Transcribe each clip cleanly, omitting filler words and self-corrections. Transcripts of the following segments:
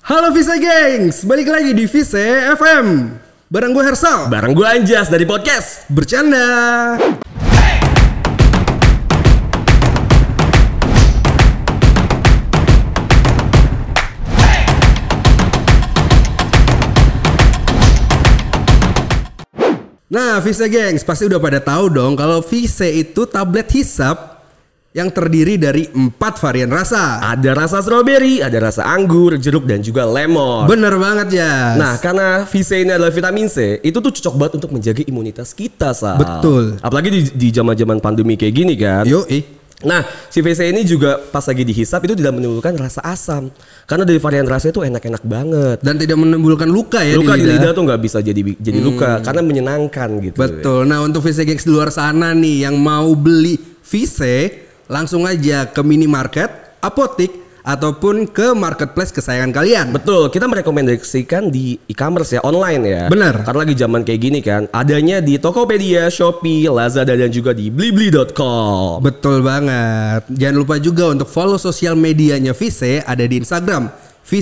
Halo Vise Gengs, balik lagi di Vise FM. Bareng gue Hersal. Bareng gue Anjas dari podcast Bercanda. Nah Vise Gengs, pasti udah pada tahu dong kalau Vise itu tablet hisap yang terdiri dari 4 varian rasa. Ada rasa strawberry, ada rasa anggur, jeruk, dan juga lemon. Bener banget ya. Nah, karena VC ini adalah vitamin C, itu tuh cocok banget untuk menjaga imunitas kita, Sal. Betul. Apalagi di zaman-zaman pandemi kayak gini kan. Yoi. Nah, si VC ini juga pas lagi dihisap itu tidak menimbulkan rasa asam. Karena dari varian rasanya itu enak-enak banget. Dan tidak menimbulkan luka ya luka di lidah tuh nggak bisa jadi luka karena menyenangkan gitu. Betul. Nah untuk VC Gengs di luar sana nih yang mau beli VC, langsung aja ke minimarket, apotik, ataupun ke marketplace kesayangan kalian. Betul, kita merekomendasikan di e-commerce ya, online ya. Bener. Karena lagi zaman kayak gini kan, adanya di Tokopedia, Shopee, Lazada, dan juga di blibli.com. Betul banget. Jangan lupa juga untuk follow sosial medianya VC, ada di Instagram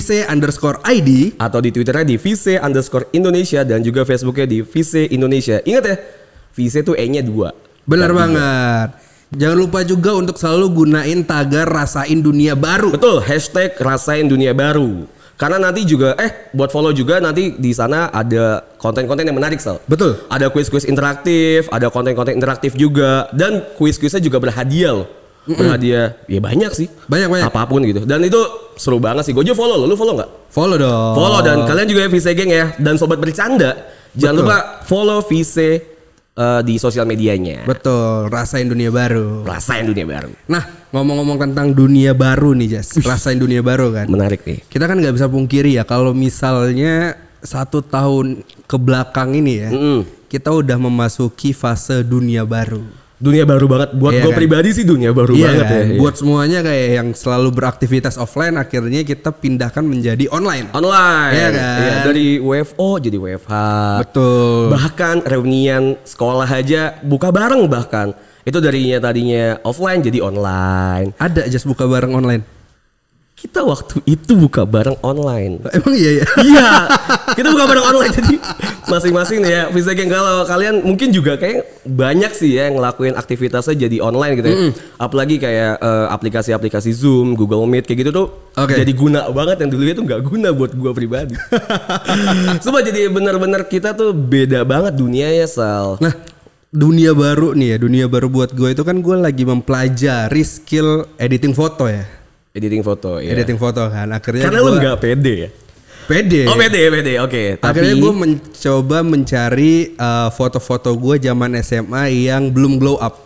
VC_ID, Atau di Twitternya di VC_Indonesia, dan juga Facebooknya di VC Indonesia. Ingat ya, VC tuh E-nya 2. Bener banget. Jangan lupa juga untuk selalu gunain tagar rasain dunia baru. Betul, hashtag rasain dunia baru. Karena nanti juga buat follow juga nanti di sana ada konten-konten yang menarik, Sal. Betul. Ada kuis-kuis interaktif, ada konten-konten interaktif juga, dan kuis-kuisnya juga berhadiah loh. Berhadiah ya banyak sih. Banyak. Apapun gitu. Dan itu seru banget sih. Gue juga follow lo. Lu follow nggak? Follow dong. Follow, dan kalian juga VC Geng ya. Dan sobat bercanda, jangan lupa follow VC di sosial medianya. Betul, rasain dunia baru. Rasain dunia baru. Nah, ngomong-ngomong tentang dunia baru nih, Jas. Rasain dunia baru kan. Menarik nih. Kita kan nggak bisa pungkiri ya kalau misalnya 1 tahun ke belakang ini ya, kita udah memasuki fase dunia baru. Dunia baru banget. Buat gue kan? Pribadi sih dunia baru banget kan? ya. Buat semuanya kayak yang selalu beraktivitas offline, akhirnya kita pindahkan menjadi online. Online. Iya kan? Iya, dari WFO jadi WFH. Betul. Bahkan reunian sekolah aja buka bareng bahkan. Itu tadinya offline jadi online. Ada Jas buka bareng online. Kita waktu itu buka bareng online. Emang iya ya? Iya, kita buka bareng online. Jadi masing-masing nih ya, VC Geng, kalau kalian mungkin juga kayak banyak sih ya yang ngelakuin aktivitasnya jadi online gitu ya. Apalagi kayak aplikasi-aplikasi Zoom, Google Meet kayak gitu tuh jadi guna banget, yang dulunya tuh nggak guna buat gua pribadi. Coba jadi bener-bener kita tuh beda banget dunianya, Sal. Nah, dunia baru nih ya, dunia baru buat gue itu kan gue lagi mempelajari skill editing foto ya. Editing foto ya. Editing foto kan. Akhirnya Karena lu nggak pede ya. Pede. Oh pede, oke. Akhirnya gue mencoba mencari foto-foto gue zaman SMA yang belum glow up.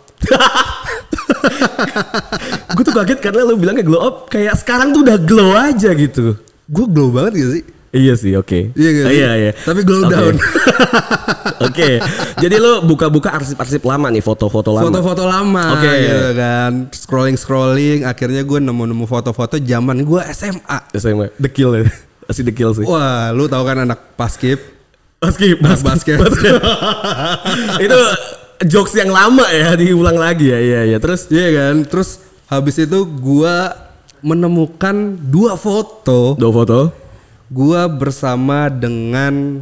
Gue tuh kaget karena lu bilangnya glow up, kayak sekarang tuh udah glow aja gitu. Gue glow banget gak sih? Iya sih, oke. Iya gak sih? Iya. Tapi glow down. Oke. Jadi lu buka-buka arsip-arsip lama nih, foto-foto lama. Foto-foto lama gitu Oke. kan. Scrolling, akhirnya gue nemu foto-foto zaman gue SMA. SMA. Dekil ya. Masih dekil sih. Wah, lu tahu kan anak paskib. Basket. Itu jokes yang lama ya, diulang lagi ya. Iya. Terus Iya kan. Terus habis itu gue menemukan 2 foto. Gua bersama dengan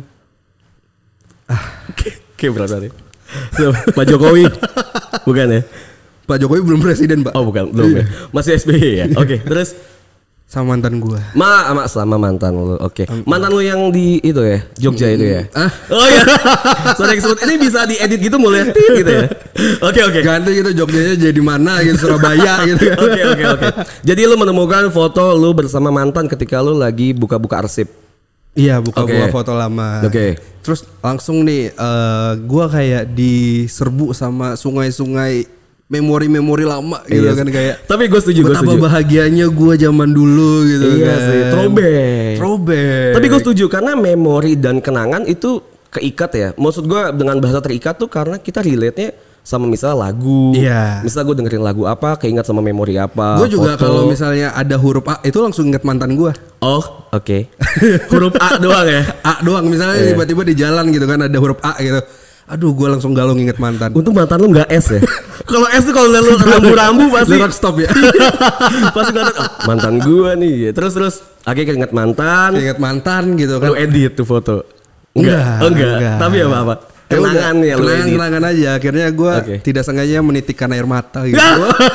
kayak berat banget. Pak Jokowi. Bukan ya? Pak Jokowi belum presiden, Pak. Oh, bukan, belum ya. Masih SBY ya. Oke, terus sama mantan gua. Sama mantan lu. Oke. Mantan lu yang di itu ya, Jogja itu ya. Oh iya. Sorry sebut. Ini bisa diedit gitu mulai gitu ya. Oke. Ganti gitu Jogjanya jadi mana gitu, Surabaya gitu. Oke. Jadi lu menemukan foto lu bersama mantan ketika lu lagi buka-buka arsip. Iya, buka-buka foto lama. Oke. Terus langsung nih gua kayak diserbu sama sungai-sungai memori-memori lama gitu kan kayak. Tapi gue setuju. Betapa bahagianya gua zaman dulu gitu kan. Iya sih, throwback. Tapi gue setuju karena memori dan kenangan itu keikat ya. Maksud gue dengan bahasa terikat tuh karena kita relate-nya sama misalnya lagu. Iya. Misalnya gue dengerin lagu apa, keingat sama memori apa. Gue juga kalau misalnya ada huruf A itu langsung inget mantan gue. Oh, oke. Huruf A doang ya. A doang misalnya tiba-tiba di jalan gitu kan ada huruf A gitu. Aduh, gue langsung galau nginget mantan. Untung mantan lu nggak S ya. Kalau S tuh kalau lu rambu-rambu pasti Lu stop ya. pasti nggak mantan gua nih. Terus akhirnya inget mantan. Inget mantan gitu kan. Lu edit tuh foto. Enggak. Tapi apa? Kenangan ya lu edit. Kenangan aja. Akhirnya gue tidak sengaja menitikkan air mata gitu.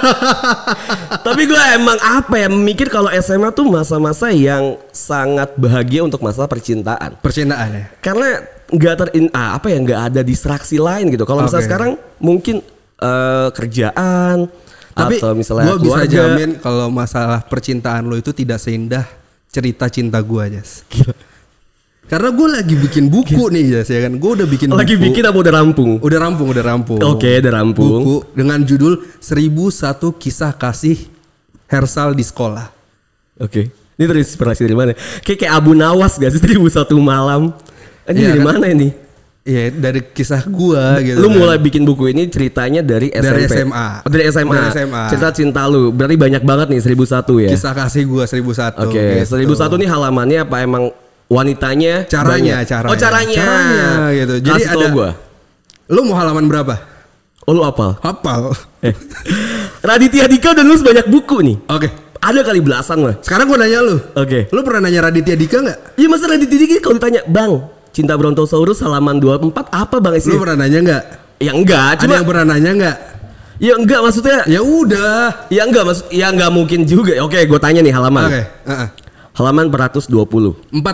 Tapi gue emang mikir kalau SMA tuh masa-masa yang sangat bahagia untuk masalah percintaan. Percintaan ya. Karena nggak ada distraksi lain gitu. Kalau misalnya sekarang mungkin kerjaan. Tapi atau misalnya gue bisa jamin kalau masalah percintaan lo itu tidak seindah cerita cinta gue aja. Karena gue lagi bikin buku nih Jas, ya kan. Gue udah bikin lagi buku. bikin apa udah rampung? Udah rampung. Oke, udah rampung. Buku dengan judul 1001 Kisah Kasih Hersal di Sekolah. Oke. Ini terinspirasi dari mana? Kayak Abu Nawas gak sih 1001 malam? Ini dari mana ini? Iya, dari kisah gua gitu. Lu mulai bikin buku ini ceritanya dari SMP. Dari SMA. Dari SMA. Cerita cinta lu. Berarti banyak banget nih 1001 ya. Kisah kasih gua 1001. Oke, gitu. 1001 nih halamannya apa emang wanitanya? Caranya. Oh, caranya gitu. Jadi kasih ada gua. Lu mau halaman berapa? Oh, lu hafal? Hafal. Raditya Dika udah nulis banyak buku nih. Oke. Ada kali belasan lah. Sekarang gua nanya lu. Oke. Lu pernah nanya Raditya Dika enggak? Iya, masa Raditya Dika kalau ditanya, "Bang, Cinta Brontosaurus halaman 24 apa Bang isinya?" Lu pernah nanya enggak? Ya enggak, Ada yang pernah nanya enggak? Ya enggak, maksudnya Ya udah. ya enggak mungkin juga. Oke, gue tanya nih halaman. Oke. Halaman 420.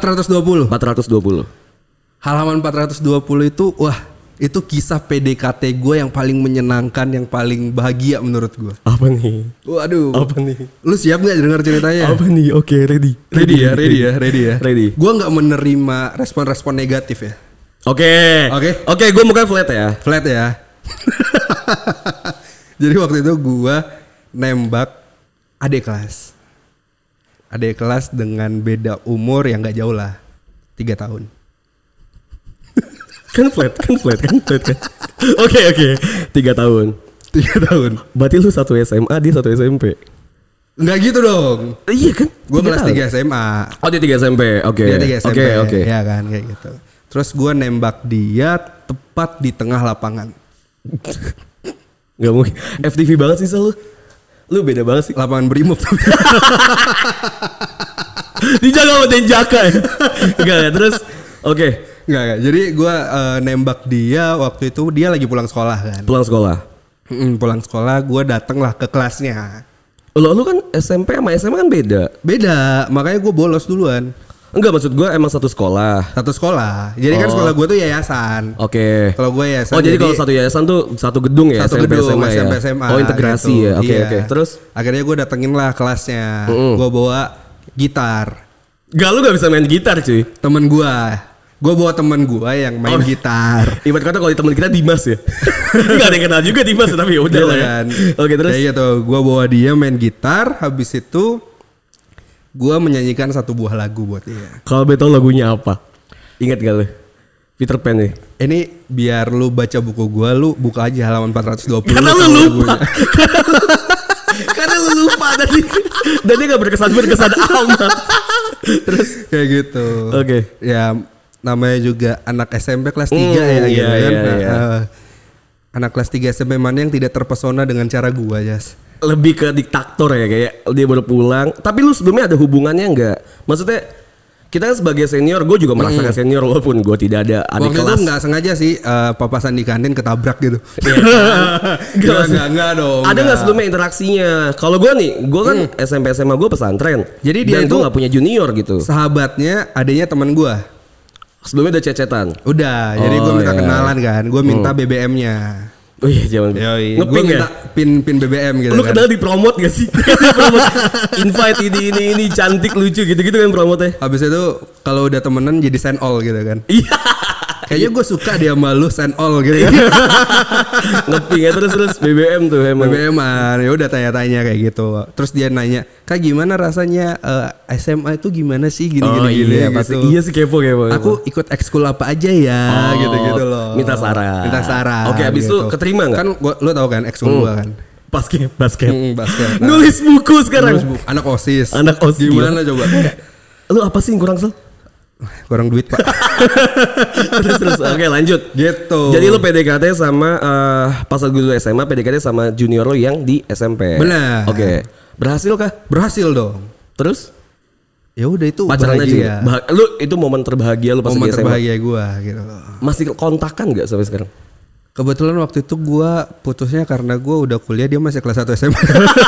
420. Halaman 420 itu itu kisah PDKT gue yang paling menyenangkan, yang paling bahagia menurut gue. Apa nih? Waduh. Apa nih? Lu siap nggak denger ceritanya? Apa nih? Oke, ready. Ready ya. Ready. Gue nggak menerima respon-respon negatif ya. Oke, gue bukan flat ya. Flat ya. Jadi waktu itu gue nembak adik kelas dengan beda umur yang nggak jauh lah, 3 tahun. Kan flat. Oke. 3 tahun. 3 tahun. Berarti lu satu SMA, dia satu SMP. Enggak gitu dong. Iya kan? Gue kelas 3 SMA. Oh, dia 3 SMP. Oke. Dia 3 SMP. Oke. Ya kan kayak gitu. Terus gue nembak dia tepat di tengah lapangan. Gak mungkin. FTV banget sih lu. Lu beda banget sih. Lapangan Brimob tapi. Dijaga sama Denjaka ya. Enggak, terus oke. Enggak. Jadi gue nembak dia waktu itu dia lagi pulang sekolah kan. Pulang sekolah gue dateng lah ke kelasnya. Lu kan SMP sama SMA kan beda. Beda, makanya gue bolos duluan. Enggak, maksud gue emang satu sekolah. Satu sekolah. Jadi kan sekolah gue tuh yayasan. Oke. Kalau gue yayasan. Oh, jadi kalau satu yayasan tuh satu gedung ya? Satu SMP, gedung, SMA ya? SMP, SMA. Oh, integrasi gitu. ya? Oke. Iya. Terus? Akhirnya gue datengin lah kelasnya. Gue bawa gitar. Lu gak bisa main gitar cuy. Temen gue bawa temen gue yang main gitar. Ibarat kata kalau temen kita Dimas ya. Gak ada yang kenal juga Dimas, tapi udah lah ya. Oke, terus? Kayak gitu, gue bawa dia main gitar. Habis itu gue menyanyikan satu buah lagu buat dia. Kalau betul lagunya apa? Ingat gak lu? Peter Pan nih. Ini biar lu baca buku gue, lu buka aja halaman 420. Karena lu lupa. Karena lu lupa dan dia gak berkesan amat. Terus kayak gitu. Oke. Ya namanya juga anak SMP kelas 3 ya gitu kan. Iya. Anak kelas 3 SMP mana yang tidak terpesona dengan cara gua, Jas? Lebih ke diktator ya, kayak dia baru pulang. Tapi lu sebelumnya ada hubungannya enggak? Maksudnya kita kan sebagai senior, gue juga merasakan senior walaupun gue tidak ada adik waktu kelas. Waktu itu nggak sengaja sih papasan di kantin ketabrak gitu. Enggak dong. Ada nggak sebelumnya interaksinya? Kalau gue nih, gue kan SMP SMA gue pesantren. Jadi dia dan itu gue nggak punya junior gitu. Sahabatnya, adanya teman gue. Sebelumnya udah cecetan. Udah, jadi gue minta kenalan kan. Gue minta BBM-nya. Oh iya, jangan. Gue minta pin BBM gitu. Lu kan. kenal di promote gak sih? Invite ini cantik lucu gitu kan promote-nya. Habis itu kalau udah temenan jadi send all gitu kan. Iya. Kayaknya gue suka dia malu send all gitu kan. Ngeping ya terus BBM tuh emang. BBM-an ya udah tanya-tanya kayak gitu. Terus dia nanya, "Kak gimana rasanya SMA itu gimana sih gini-gini iya, gitu." Pasti. Iya sih kepo. Aku ikut ekskul apa aja ya gitu-gitu loh. Minta saran. Oke, abis gitu. itu keterima enggak? Kan lu tahu kan ekskul gua kan. Basket. Basket. Nah, nulis buku sekarang. Anak OSIS. Anak OSIS. Gimana coba? Lu apa sih yang kurang, Sel? Kurang duit pak. Terus oke lanjut. Gitu. Jadi lu PDKT sama pas lagi dulu SMA PDKT sama junior lu yang di SMP. Benar. Oke. Berhasil kah? Berhasil dong. Terus? Ya udah itu Pacaran bahagia. aja. Lu itu momen terbahagia lu pas Momen di SMA. terbahagia gue gitu. Masih kontakan gak sampai sekarang? Kebetulan waktu itu gue putusnya karena gue udah kuliah, dia masih kelas 1 SMA.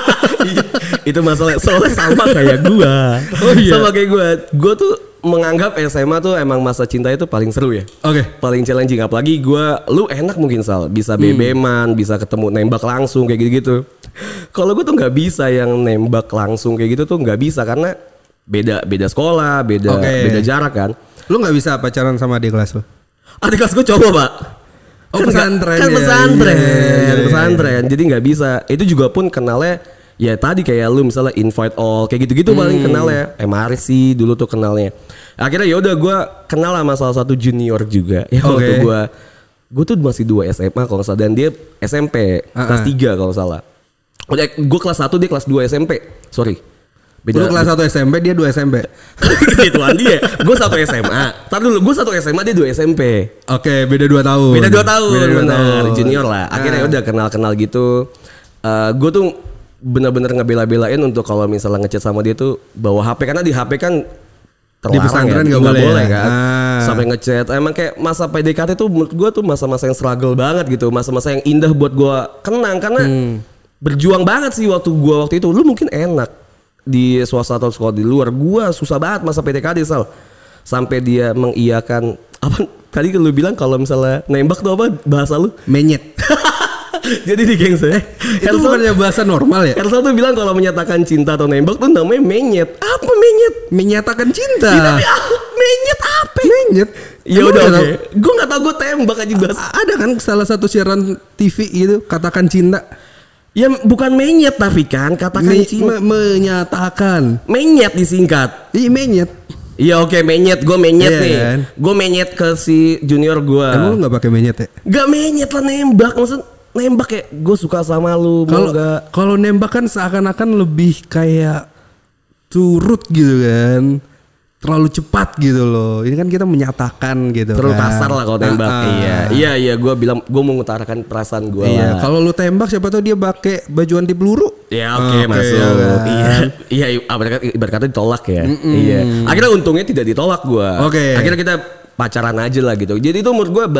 Itu masalah soalnya sama kayak gua. Sama kayak gua. Gua tuh menganggap SMA tuh emang masa cinta itu paling seru ya. Oke. Paling challenging, apalagi lu enak mungkin Sal, bisa BBM-an, bisa ketemu nembak langsung kayak gitu-gitu. Kalau gua tuh nggak bisa yang nembak langsung kayak gitu tuh nggak bisa karena beda sekolah, beda jarak kan. Lu nggak bisa pacaran sama adik kelas lu? Adik kelas gua cowok, Pak. Oh, pesantren kan ya. pesantren, Iya. pesantren. Jadi nggak bisa. Itu juga pun kenalnya ya tadi kayak lu misalnya invite all kayak gitu-gitu paling kenalnya. Maris sih dulu tuh kenalnya. Akhirnya ya udah gue kenal sama salah satu junior juga. Ya waktu gue tuh masih 2 SMA kalau nggak salah, dan dia SMP kelas 3 kalau nggak salah. Udah gue kelas 1 dia kelas 2 SMP. Sorry. Lu kelas 1 SMP, dia 2 SMP. Ituan dia. Gue 1 SMA. Tar dulu, gue 1 SMA, dia 2 SMP. Oke, beda 2 tahun. Beda 2 tahun. Beda 2 benar. tahun. Junior lah. Akhirnya udah kenal-kenal gitu. Gue tuh bener-bener ngebela-belain untuk kalau misalnya ngechat sama dia tuh bawa HP, karena di HP kan terlarang di pesantren ya, nggak boleh kan. Ah. Sampai ngechat. Emang kayak masa PDKT tuh menurut gue tuh masa-masa yang struggle banget gitu. Masa-masa yang indah buat gue kenang karena berjuang banget sih waktu itu. Lu mungkin enak di swasta atau sekolah di luar, gua susah banget masa PDKT Sal. Sampai dia mengiyakan apa tadi lu bilang kalau misalnya nembak tuh apa bahasa lu? Menyet. Jadi di geng saya Itu bukannya bahasa normal ya? Ersal tuh bilang kalau menyatakan cinta atau nembak tuh namanya menyet. Apa menyet? Menyatakan cinta. Ya, tapi menyet apa? Menyet. Ya udah oke. Gue nggak tahu, gue tembak aja bahasa. Ada kan salah satu siaran TV gitu, katakan cinta. Ya bukan menyet tapi kan katakan cinta. Menyatakan. Menyet disingkat. Iya menyet. Iya oke, menyet, gue menyet Iya, nih kan? Gue menyet ke si junior gue. Emang lu gak pakai menyet ya? Gak menyet lah, nembak. Maksud nembak kayak gue suka sama lu. Kalau nembak kan seakan-akan lebih kayak turut gitu kan, terlalu cepat gitu loh. Ini kan kita menyatakan gitu. Terlalu kan. kasar lah kalau tembak. Iya gue bilang gue mau mengutarakan perasaan gue. Iya, kalau lu tembak siapa tahu dia pakai baju anti peluru. Ya oke, masuk. Iya ibarat kata ditolak ya. Iya. Akhirnya untungnya tidak ditolak gue. Akhirnya kita pacaran aja lah gitu. Jadi itu menurut gue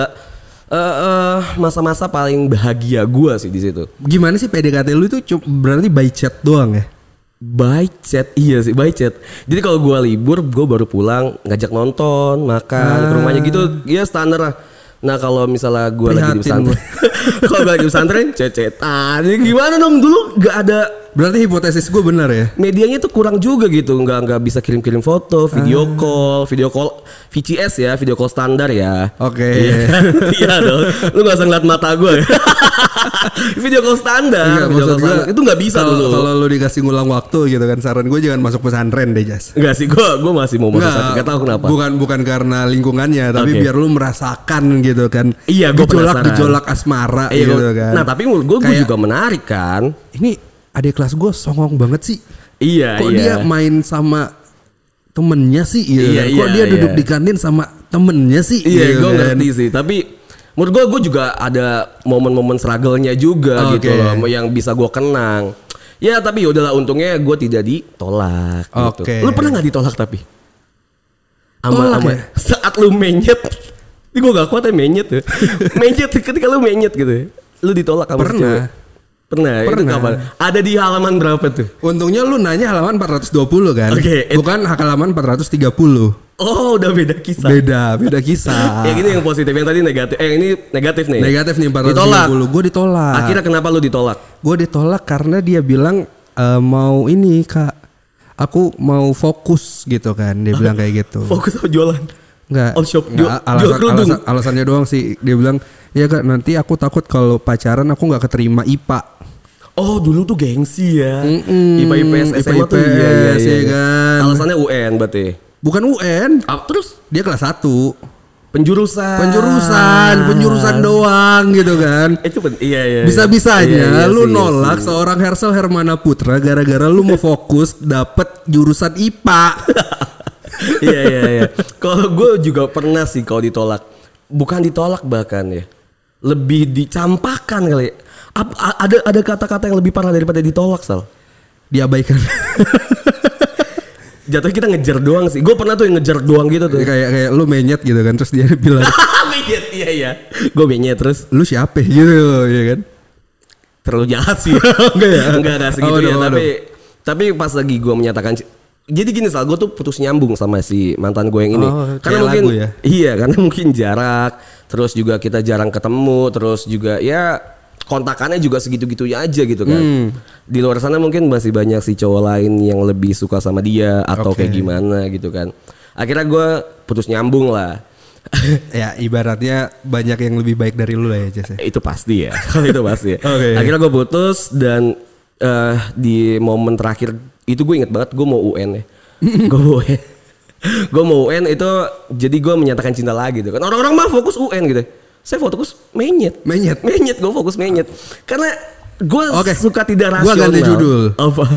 masa-masa paling bahagia gue sih di situ. Gimana sih PDKT lu itu berarti by chat doang ya? By chat, iya sih by chat. Jadi kalau gue libur, gue baru pulang ngajak nonton, makan ke rumahnya gitu, ya standar lah. Nah kalau misalnya gue lagi di pesantren, kalau gue lagi di pesantren, cecetan. Gimana dong dulu gak ada. Berarti hipotesis gue benar ya? Medianya tuh kurang juga gitu, nggak bisa kirim foto, video call VCS ya, video call standar ya. Oke. Iya dong, lu nggak usah ngeliat mata gue. Video call standar, itu nggak bisa dulu. Kalau lu dikasih ngulang waktu gitu kan, saran gue jangan masuk pesantren deh Jas. Enggak sih, gue masih mau masuk pesantren, nggak tahu kenapa. Bukan karena lingkungannya, tapi biar lu merasakan gitu kan. Iya, gue gejolak asmara gitu kan. Nah tapi menurut gue juga menarik kan. Ini adik kelas gue songong banget sih. Iya. Kok dia main sama temennya sih gitu kan? Kok dia duduk di kantin sama temennya sih? Iya, gue ngerti sih. Tapi menurut gue juga ada momen-momen struggle-nya juga gitu loh, yang bisa gue kenang. Ya tapi yaudahlah, untungnya gue tidak ditolak gitu. Lu pernah gak ditolak tapi? Ama saat lu menyet. Ini gue gak kuat ya menyet ya. Menyet ketika lu menyet gitu. Lu ditolak sama cewek. Pernah. Itu kapan? Ada di halaman berapa tuh? Untungnya lu nanya halaman 420 kan? Bukan halaman 430. Oh, udah beda kisah. Beda kisah. Yang ini yang positif, yang tadi negatif. Ini negatif nih. Negatif nih 430. Gue ditolak. Akhirnya kenapa lu ditolak? Gue ditolak karena dia bilang mau ini Kak, aku mau fokus gitu kan. Dia bilang kayak gitu. Fokus apa jualan? Enggak. Oh shop. Alasannya doang sih. Dia bilang ya Kak, nanti aku takut kalau pacaran aku nggak keterima IPA. Oh dulu tuh gengsi ya. IPA IPS SMA tuh iya kan. Alasannya UN berarti. Bukan UN. Terus dia kelas 1. Penjurusan doang gitu kan. Itu iya. Bisa-bisanya lu nolak seorang Hersal Hermana Putra gara-gara lu mau fokus dapet jurusan IPA. Iya. Kalau gue juga pernah sih kalau ditolak. Bukan ditolak bahkan ya. Lebih dicampakkan kali. Ada kata-kata yang lebih parah daripada ditolak, Sal. Diabaikan. Jatuhnya kita ngejar doang sih. Gue pernah tuh yang ngejar doang gitu tuh. kayak lu menyet gitu kan, terus dia bilang, Menyet, iya. Gue menyet terus. lu siapa gitu, ya kan? Terlalu jahat sih. Enggak segitu ya. Tapi pas lagi gue menyatakan, jadi gini Sal, gue tuh putus nyambung sama si mantan gue yang ini. Karena mungkin lagu ya? Iya, karena mungkin jarak. Terus juga kita jarang ketemu. Terus juga ya kontakannya juga segitu-gitunya aja gitu kan. Di luar sana mungkin masih banyak sih cowok lain yang lebih suka sama dia atau kayak gimana gitu kan. Akhirnya gue putus nyambung lah. Ya ibaratnya banyak yang lebih baik dari lu lah ya Jess. Itu pasti ya. Itu pasti ya. Okay. Akhirnya gue putus dan di momen terakhir itu gue inget banget gue mau UN ya. Gue mau UN itu jadi gue menyatakan cinta lagi gitu kan. Orang-orang mah fokus UN gitu. Saya fokus menyet. Gue fokus menyet. Karena gue suka tidak rasional. Gue ganti judul. Apa?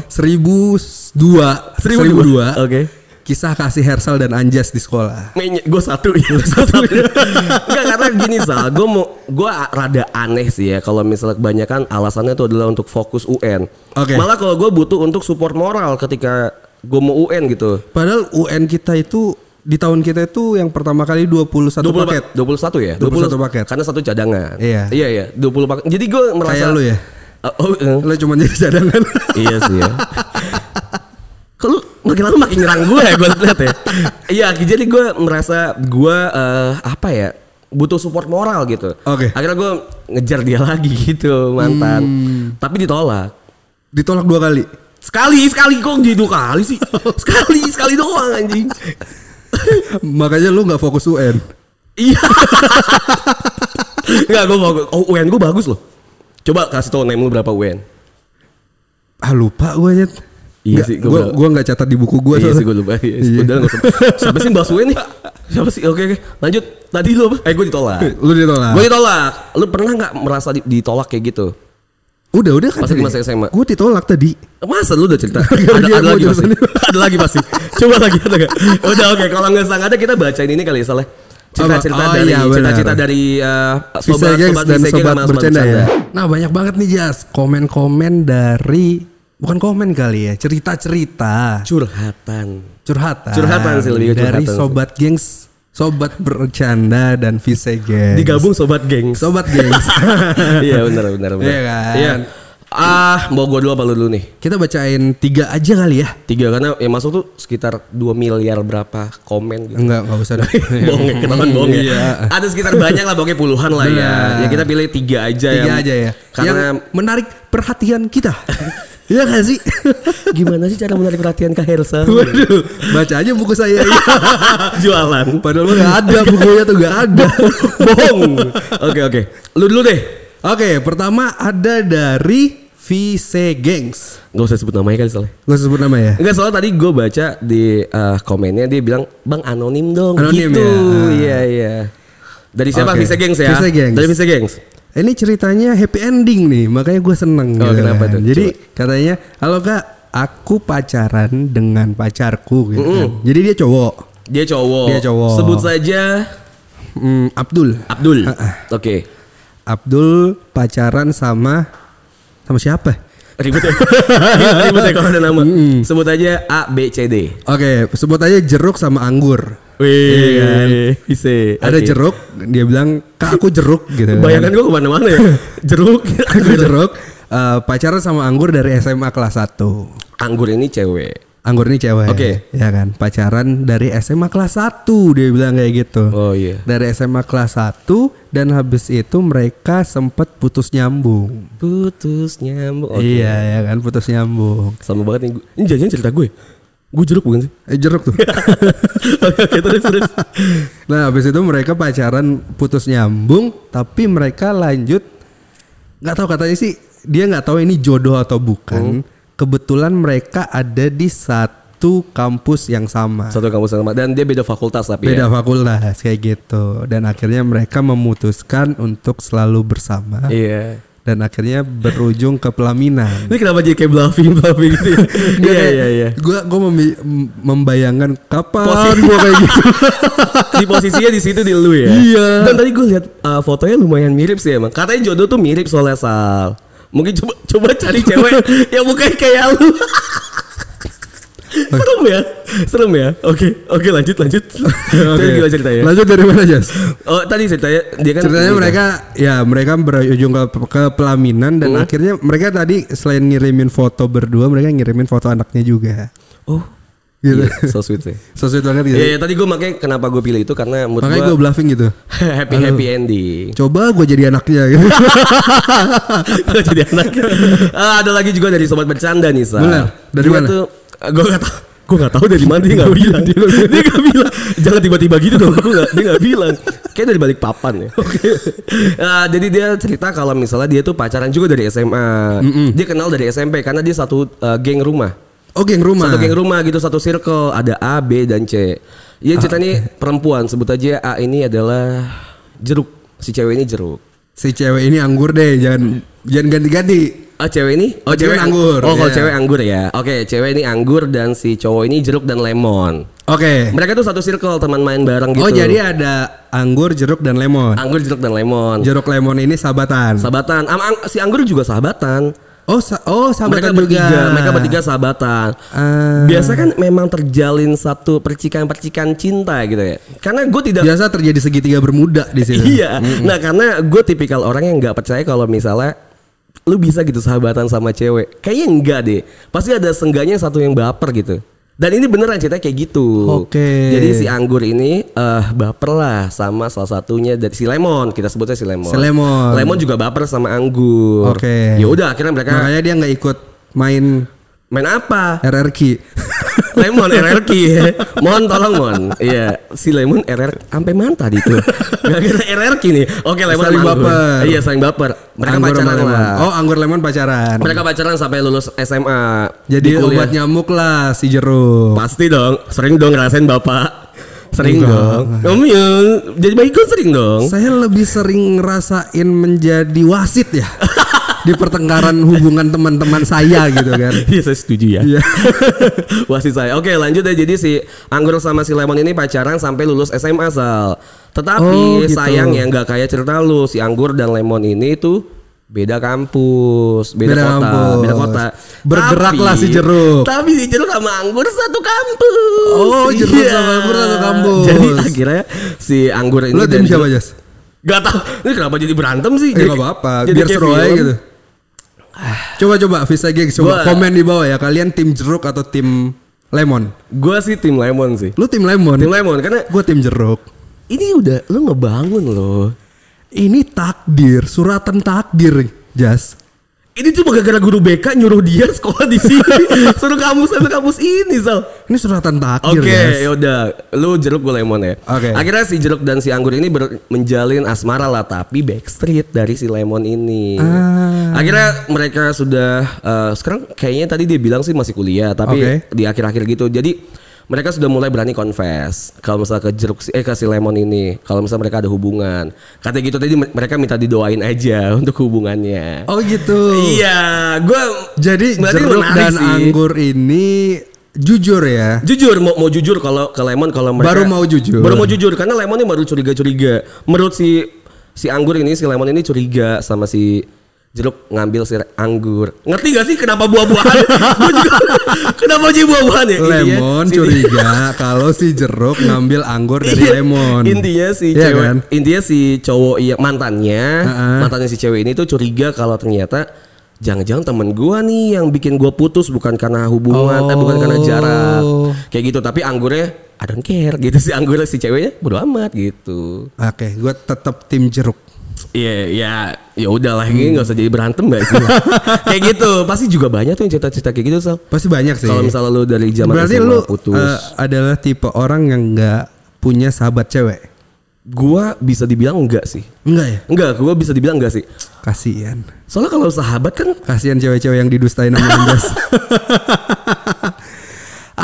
1002. Oke. Kisah kasih Hersal dan Anjas di sekolah. Menyet. Gue satu. Enggak, karena gini Sal. Gue rada aneh sih ya. Kalau misalnya kebanyakan alasannya itu adalah untuk fokus UN. Malah kalau gue butuh untuk support moral ketika gue mau UN gitu. Padahal UN kita itu di tahun kita itu yang pertama kali 21 paket. 21 ya? 21 paket. Karena satu cadangan. Iya. 20 paket. Jadi gue merasa kayak lu ya. Lu cuma jadi cadangan. Iya sih ya. Kok lu makin lama makin nyerang gue ya, gue lihat ya. Iya, jadi gue merasa gue apa ya, butuh support moral gitu. Akhirnya gue ngejar dia lagi gitu, mantan. Tapi ditolak. Ditolak 2 kali. Sekali kok gitu kali sih. Sekali doang anjing. Makanya lu gak fokus UN. Iya. Enggak, gue fokus. UN gue bagus loh. Coba kasih tau name lu berapa UN. Lupa gue nyet. Iya sih, gue gak catat di buku gue. Iya sih, gue lupa. Iya. Udah gak usah. Siapa sih bahas UN nih? Siapa sih? Oke. Lanjut. Tadi lu apa? Gue ditolak. Lu ditolak. Gue ditolak. Lu pernah gak merasa ditolak kayak gitu? Udah kan. Pas masa SMA. Gue ditolak tadi. Masa lu udah cerita? Ada lagi pasti. Ada lagi pasti. Coba lagi ada gak? Udah oke. Kalau nggak ada kita bacain ini kali salah. Cerita-cerita dari sobat dan sobat bercanda ya. Nah banyak banget nih Jas. Komen-komen dari, bukan komen kali ya, cerita-cerita. Curhatan sih, lebih ke dari curhatan sobat sih. Gengs, sobat bercanda dan Vise Gengs. Digabung sobat gengs. Iya benar. Iya kan. Iya. Mau gue dulu apa lu dulu nih? Kita bacain 3 aja kali ya. 3 karena yang masuk tuh sekitar 2 miliar berapa komen gitu. Enggak usah dah. Bohong ya, ketahuan bohong ya. Iya. Ada sekitar banyak lah, pokoknya puluhan lah ya. Ya kita pilih 3 aja 3 aja ya. Karena yang menarik perhatian kita. Iya gak sih? Gimana sih cara menarik perhatian Kak Hersa? Waduh, baca aja buku saya. Jualan. Padahal gak ada bukunya tuh, gak ada. Bohong. Oke. Lu dulu deh. Oke, pertama ada dari Vise Gengs. Gak usah sebut namanya kali soalnya. Gak usah sebut nama ya? Enggak, soalnya tadi gue baca di komennya dia bilang, "Bang anonim dong." Anonim gitu. ya? Iya. Dari siapa? Vise Gengs ya? Vise Gengs. Dari Vise Gengs. Ini ceritanya happy ending nih, makanya gue seneng. Kenapa kan. tuh? Jadi katanya, "Halo Kak, aku pacaran dengan pacarku." Gitu kan. Jadi dia cowok. Dia cowok. Sebut saja Abdul. Oke. Abdul pacaran sama siapa? Ribet ya kalau ada nama. Sebut aja A, B, C, D. Oke, sebut aja jeruk sama anggur. Wih, kan? Bisa. Ada jeruk, dia bilang, "Kak aku jeruk." Gitu. Bayangan gue kemana-mana ya. Jeruk. Aku jeruk. Pacaran sama anggur dari SMA kelas 1. Anggur ini cewek. Anggur ini cewek. Oke. Ya kan, pacaran dari SMA kelas 1, dia bilang kayak gitu. Oh iya. Dari SMA kelas 1 dan habis itu mereka sempet putus nyambung. Okay. Iya ya kan, putus nyambung. Sama banget nih gue. Ini jangan cerita gue. Gue jeruk bukan sih? Jeruk tuh. Oke, terus. Nah, habis itu mereka pacaran putus nyambung, tapi mereka lanjut. Nggak tahu, katanya sih dia nggak tahu ini jodoh atau bukan. Kebetulan mereka ada di satu kampus yang sama. Dan dia beda fakultas tapi beda ya. fakultas kayak gitu. Dan akhirnya mereka memutuskan untuk selalu bersama. Iya. dan akhirnya berujung ke pelaminan. Ini kenapa jadi kayak bluffing gitu ya? Iya. Gue membayangkan kapan gue kayak gitu. Di posisinya di situ di lu ya. Iya. Dan tadi gue lihat fotonya lumayan mirip sih emang. Katanya jodoh tuh mirip soalnya Sal. Mungkin coba cari cewek yang mukanya kayak lu. Serem ya. Oke, lanjut. Tadi gimana ceritanya? Lanjut dari mana, Jas? Oh, tadi ceritanya dia kan ceritanya mereka berujung ke pelaminan dan akhirnya mereka tadi selain ngirimin foto berdua, mereka ngirimin foto anaknya juga. Oh, gitu. Iya, so sweet sih. So sweet banget gitu. Iya, tadi gue makanya kenapa gue pilih itu karena menurut makanya gue bluffing gitu. happy ending. Coba gue jadi anaknya gitu. Gue jadi anaknya. Ada lagi juga dari sobat bercanda nih, Sal. Bener. Dari mana? Gue nggak tahu dari mana, dia nggak bilang. Dia nggak bilang. Jangan tiba-tiba gitu dong. Dia nggak bilang. Kayak dari balik papan ya. Jadi dia cerita kalau misalnya dia tuh pacaran juga dari SMA. Dia kenal dari SMP karena dia satu geng rumah. Oh, geng rumah. Satu geng rumah gitu, satu circle. Ada A, B, dan C. Dia ceritanya perempuan. Sebut aja A ini adalah jeruk. Si cewek ini jeruk. Si cewek ini anggur deh. Jangan ganti-ganti. Cewek ini? Oh, cewek anggur. Oh, kalau cewek anggur ya. Oke, cewek ini anggur dan si cowok ini jeruk dan lemon. Oke. Mereka tuh satu circle, teman main bareng gitu. Oh, jadi ada anggur, jeruk dan lemon. Anggur, jeruk dan lemon. Jeruk lemon ini sahabatan. Si anggur juga sahabatan. Oh, sahabatan Mereka bertiga sahabatan. Biasa kan memang terjalin satu percikan-percikan cinta gitu ya. Karena gue tidak biasa terjadi segitiga bermuda di sini. Iya. Nah, karena gue tipikal orang yang nggak percaya kalau misalnya lu bisa gitu sahabatan sama cewek. Kayaknya enggak deh. Pasti ada sengganya satu yang baper gitu. Dan ini beneran ceritanya kayak gitu. Oke. Jadi si anggur ini baper lah sama salah satunya dari si lemon. Kita sebutnya si lemon. Lemon juga baper sama anggur. Oke. Ya udah akhirnya mereka. Makanya dia nggak ikut main apa? RRQ. Lemon RRQ ya. Mohon tolong Mon. Iya, si Lemon RRQ sampai mana tadi tuh? Gak kira RRQ nih. Oke, Lemon saling anggur. baper. Iya, saling baper. Mereka Anggur pacaran lah. Oh, anggur lemon pacaran. Mereka pacaran sampai lulus SMA. Jadi obat nyamuk lah si jeruk. Pasti dong. Sering dong ngerasain Bapak. Sering Enggak. dong. Om ya, jadi baik gue sering dong. Saya lebih sering ngerasain menjadi wasit ya. Di pertengkaran hubungan teman-teman saya gitu kan. Iya, saya setuju ya. Iya. Wasit saya. Oke, lanjut ya. Jadi si anggur sama si lemon ini pacaran sampai lulus SMA, Sal. Tetapi gitu. sayang ya nggak kayak cerita lu. Si anggur dan lemon ini tuh beda kampus, beda kota. Bergeraklah si jeruk. Tapi si jeruk sama anggur satu kampus. Oh, jeruk sama anggur satu kampus. Jadi akhirnya si anggur ini. Lu tim siapa, Jas? Gak tau. Ini kenapa jadi berantem sih? Gak apa-apa. Biar seru aja gitu. Coba Visa Geng, coba komen di bawah ya. Kalian tim jeruk atau tim lemon? Gua sih tim lemon sih. Lu tim lemon? Tim lemon karena gua tim jeruk. ini udah lu ngebangun loh. Ini takdir, suratan takdir, Jas. Ini cuma gara-gara guru BK nyuruh dia sekolah di sini. Suruh kampus ini, Sal. Ini suratan takdir, Oke, Jas. yaudah. Lu jeruk, gue lemon ya. Oke. Akhirnya si jeruk dan si anggur ini menjalin asmara lah, tapi backstreet dari si lemon ini. Akhirnya mereka sudah sekarang kayaknya tadi dia bilang sih masih kuliah, tapi di akhir-akhir gitu. Jadi mereka sudah mulai berani confess kalau misalnya ke jeruk ke si lemon ini, kalau misalnya mereka ada hubungan. Katanya gitu tadi mereka minta didoain aja untuk hubungannya. Oh gitu. Iya, gue jadi jeruk dan anggur ini jujur ya. Jujur mau jujur kalau ke lemon kalau mereka baru mau jujur karena lemon ini baru curiga. Menurut si anggur ini, si lemon ini curiga sama si jeruk ngambil si anggur. Ngerti gak sih kenapa buah-buahan? Gue juga kenapa jadi buah-buahan ya? Lemon curiga kalau si jeruk ngambil anggur dari lemon. Intinya si cewek, kan? Intinya si cowok mantannya si cewek ini tuh curiga kalau ternyata jangan-jangan temen gua nih yang bikin gua putus bukan karena hubungan, bukan karena jarak. Kayak gitu, tapi anggurnya I don't care gitu, si anggurnya si ceweknya bodo amat gitu. Oke, gua tetap tim jeruk. Iya, ya udahlah, ini nggak usah jadi berantem nggak sih? Kayak gitu, pasti juga banyak tuh yang cerita-cerita kayak gitu, Sal. Pasti banyak sih. Kalau misalnya lu dari zaman berarti SMA lu putus, adalah tipe orang yang nggak punya sahabat cewek. Gua bisa dibilang enggak sih. Enggak ya? Enggak, gua bisa dibilang enggak sih. Kasian. Soalnya kalau sahabat kan kasian cewek-cewek yang didustain sama Anjas.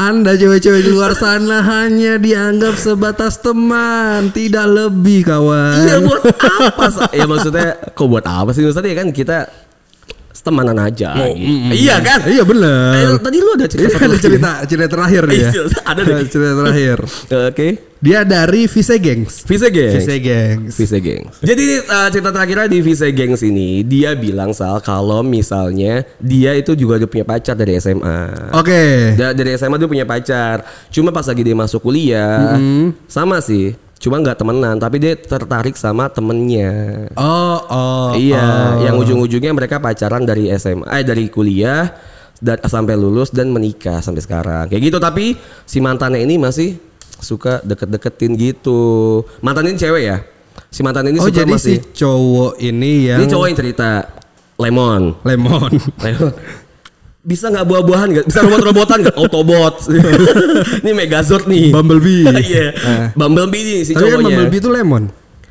Anda cewek-cewek di luar sana hanya dianggap sebatas teman, tidak lebih kawan. Iya buat apa? Ya maksudnya kok buat apa sih? Maksudnya kan kita temanan aja gitu. Iya kan? Iya benar. Tadi lu ada cerita Ini ada cerita terakhir nih ya. Ada deh. Cerita terakhir. Oke. Dia dari Vise Gangs. Vise Gangs. Vise Gangs. Jadi cerita terakhirnya di Vise Gangs ini, dia bilang Sal kalau misalnya dia itu juga udah punya pacar dari SMA. Oke. Dari SMA dia punya pacar. Cuma pas lagi dia masuk kuliah, sama sih. Cuma nggak temenan, tapi dia tertarik sama temennya. Iya, yang ujung-ujungnya mereka pacaran dari SMA, dari kuliah sampai lulus dan menikah sampai sekarang. Kayak gitu, tapi si mantannya ini masih suka deket-deketin gitu. Mantan ini cewek ya? Si mantan ini suka jadi masih. si cowok ini yang. Ini cowok yang cerita. Lemon. Bisa nggak buah-buahan nggak? Bisa robot-robotan nggak? Autobot. Ini Megazord nih. Bumblebee. Iya. Bumblebee nih si Tapi cowoknya. kan Bumblebee itu lemon.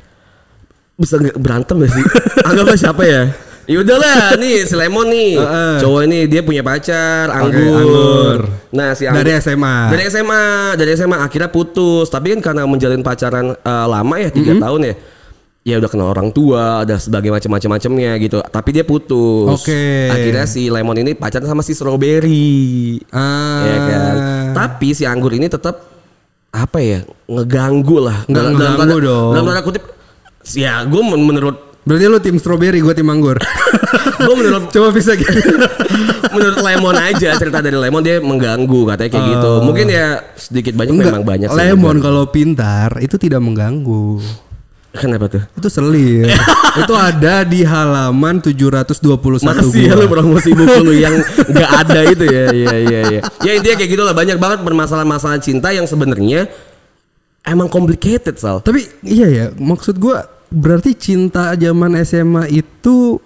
Bisa nggak berantem gak sih? Anggaplah siapa ya? Ya udahlah, nih si Lemon nih. Cowok ini dia punya pacar, Anggur. Nah, si Anggur dari SMA. Dari SMA akhirnya putus. Tapi kan karena menjalin pacaran lama ya 3 tahun ya. Ya udah kenal orang tua, ada sebagai macamnya gitu. Tapi dia putus. Akhirnya si Lemon ini pacaran sama si Strawberry. Ya kan. Tapi si Anggur ini tetap apa ya? Ngeganggu lah. Ngeganggu dong. Dalam tanda kutip. Ya, gue menurut. Berarti lu tim Strawberry, gue tim Anggur. Gue menurut. Coba bisa gitu. Menurut Lemon aja, cerita dari Lemon dia mengganggu katanya kayak gitu. Mungkin ya sedikit banyak memang banyak sih. Lemon kalau pintar itu tidak mengganggu. Kenapa tuh? Itu selir. Itu ada di halaman 721. Masih ya lu promosi buku lu yang gak ada itu ya. Iya. Ya intinya kayak gitulah, banyak banget permasalahan-masalah cinta yang sebenarnya emang complicated Sal. Tapi iya ya, maksud gua berarti cinta zaman SMA itu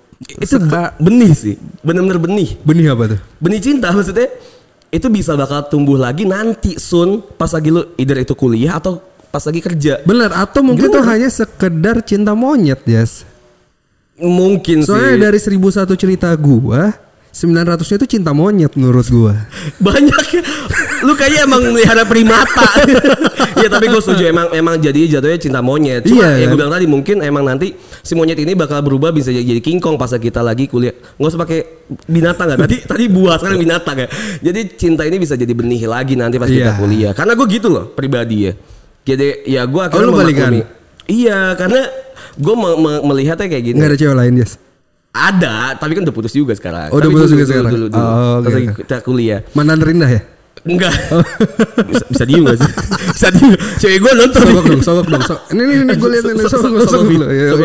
benih sih. Bener-bener benih. Benih apa tuh? Benih cinta maksudnya itu bisa bakal tumbuh lagi nanti Sun, pas lagi lu either itu kuliah atau pas lagi kerja. Bener, atau mungkin itu hanya sekedar cinta monyet, Jas. Mungkin soalnya dari 1001 cerita gua, 900-nya itu cinta monyet menurut gua. Banyak ya. Lu kayaknya emang melihara primata. Ya tapi gue setuju emang jadi jatuhnya cinta monyet. Cuma ya gue bilang tadi mungkin emang nanti si monyet ini bakal berubah bisa jadi King Kong pas kita lagi kuliah. Nggak usah pakai binatang kan? Tadi buah sekarang binatang ya. Jadi cinta ini bisa jadi benih lagi nanti pas kita kuliah. Karena gue gitu loh pribadi ya. Jadi ya gue akhirnya memaklumi. Iya karena gue melihatnya kayak gini. Nggak ada cewek lain Jas? Ada, tapi kan udah putus juga sekarang. Oh, udah putus juga sekarang. Dulu. Pas lagi kita kuliah. Mantan terindah ya? Enggak. Bisa diem gak sih? Bisa diem. Cewek gue nonton. Sogok dong. Ini gue lihat ini sogok dulu.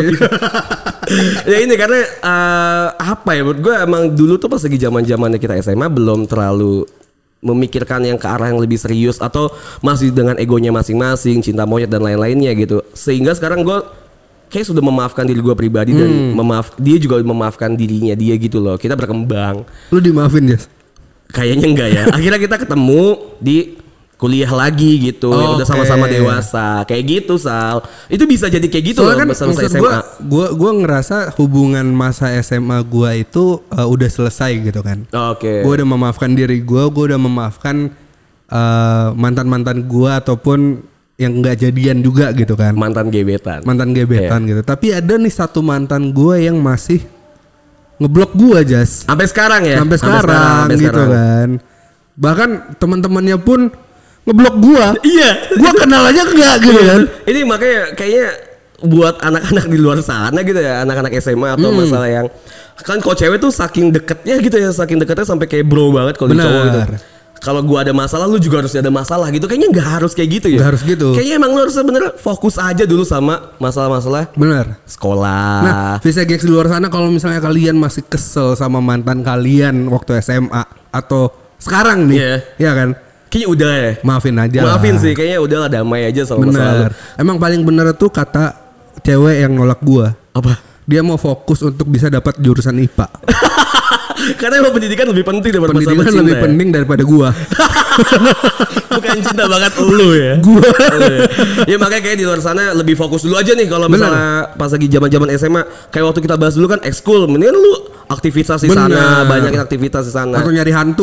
Ya ini karena apa ya? Menurut gue emang dulu tuh pas lagi zaman-zamannya kita SMA belum terlalu memikirkan yang ke arah yang lebih serius atau masih dengan egonya masing-masing, cinta monyet dan lain-lainnya gitu. Sehingga sekarang gue kayak sudah memaafkan diri gue pribadi dan dia juga memaafkan dirinya dia gitu loh. Kita berkembang. Lu dimaafin Jas? Kayaknya enggak ya. Akhirnya kita ketemu di kuliah lagi gitu. Yang udah sama-sama dewasa. Kayak gitu Sal. Itu bisa jadi kayak gitu. Soalnya loh kan masa SMA. Gue ngerasa hubungan masa SMA gue itu udah selesai gitu kan. Gue udah memaafkan diri gue udah memaafkan mantan-mantan gue ataupun yang nggak jadian juga gitu kan. Mantan gebetan gitu. Tapi ada nih satu mantan gue yang masih ngeblok gua Jas. Sampai sekarang ya. Sampai sekarang gitu kan. Bahkan teman-temannya pun ngeblok gua. Iya. Gua kenal aja enggak gitu kan. Ini makanya kayaknya buat anak-anak di luar sana gitu ya, anak-anak SMA atau masalah yang kan kalau cewek tuh saking deketnya gitu ya, saking deketnya sampai kayak bro banget kalau cowok gitu. Kalau gua ada masalah, lu juga harus ada masalah gitu. Kayaknya nggak harus kayak gitu ya. Nggak harus gitu. Kayaknya emang lu harus bener fokus aja dulu sama masalah-masalah. Bener. Sekolah. Nah, Vise Gangs di luar sana kalau misalnya kalian masih kesel sama mantan kalian waktu SMA atau sekarang nih, ya kan? Kayaknya udah ya. Maafin aja. Maafin sih, kayaknya udah lah damai aja sama masalah. Emang paling bener tuh kata cewek yang nolak gua. Apa? Dia mau fokus untuk bisa dapat jurusan IPA. Karena emang pendidikan lebih penting daripada pendidikan cinta lebih penting daripada gua. Bukan cinta banget lu ya. Gua. Ya makanya kayak di luar sana lebih fokus dulu aja nih kalau misalnya pas lagi zaman-zaman SMA kayak waktu kita bahas dulu kan ekskul, mendingan lu aktivitas di sana, banyak aktivitas di sana. Atau nyari hantu.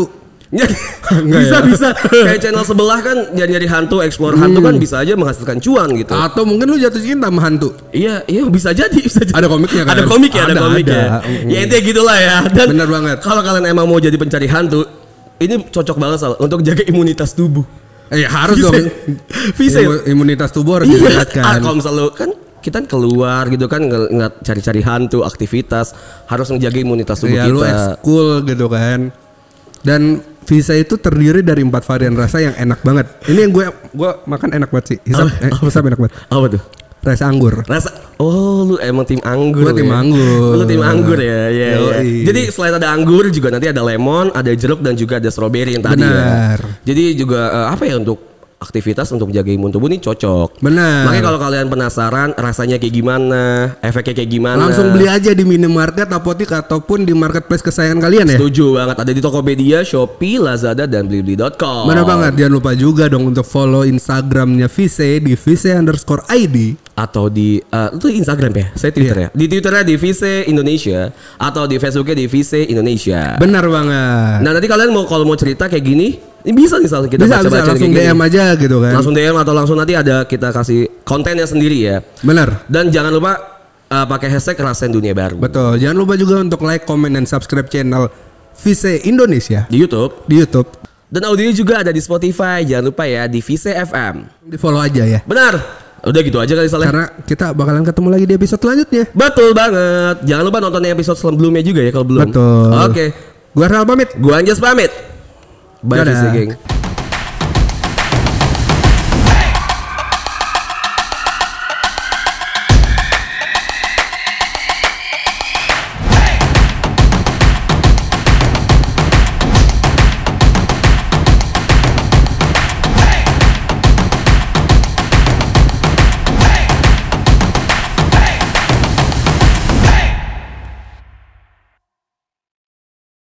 Bisa bisa kayak channel sebelah kan nyari hantu, explore hantu kan bisa aja menghasilkan cuan gitu. Atau mungkin lu jatuh cinta sama hantu. Iya bisa jadi. Ada komiknya kan? Ada komik ya. Ya intinya gitulah ya. Dan bener banget. Kalau kalian emang mau jadi pencari hantu, ini cocok banget Sal untuk jaga imunitas tubuh. Harus dong. Bisa. Imunitas tubuh harus ditingkatkan. Kalau misalnya kan kita keluar gitu kan nggak cari-cari hantu, aktivitas, harus menjaga imunitas tubuh kita. Lu ekskul gitu kan. Dan Visa itu terdiri dari 4 varian rasa yang enak banget. Ini yang gue makan enak banget sih. Hisap enak banget. Apa tuh? Rasa anggur. Lu emang tim anggur. Gue tim anggur. Lu tim anggur ya. Jadi selain ada anggur juga nanti ada lemon, ada jeruk dan juga ada strawberry yang tadi. Benar. Ya. Jadi juga untuk aktivitas untuk menjaga imun tubuh ini cocok. Benar. Makanya kalau kalian penasaran rasanya kayak gimana, efeknya kayak gimana, langsung beli aja di minimarket, apotik ataupun di marketplace kesayangan kalian ya. Setuju banget. Ada di Tokopedia, Shopee, Lazada dan Blibli.com. Benar banget. Jangan lupa juga dong untuk follow Instagramnya Vise di Vise_ID atau di itu Instagram ya, saya Twitter ya. Di Twitternya di Vise Indonesia atau di Facebooknya di Vise Indonesia. Benar banget. Nah nanti kalian kalau mau cerita kayak gini, ini bisa nih kita baca-baca langsung DM gini. aja gitu kan. Langsung DM atau langsung nanti ada kita kasih kontennya sendiri ya. Benar. Dan jangan lupa pakai hashtag Rasain Dunia Baru. Betul. Jangan lupa juga untuk like, comment dan subscribe channel Vise Indonesia di YouTube. Dan audionya juga ada di Spotify. Jangan lupa ya di Vise FM. Di follow aja ya. Benar. Udah gitu aja kali Saleh. Karena kita bakalan ketemu lagi di episode selanjutnya. Betul banget. Jangan lupa nonton episode sebelumnya juga ya kalau belum. Betul. Oke. Gua Ral pamit. Gua Anjas pamit. Bye Vise Gang.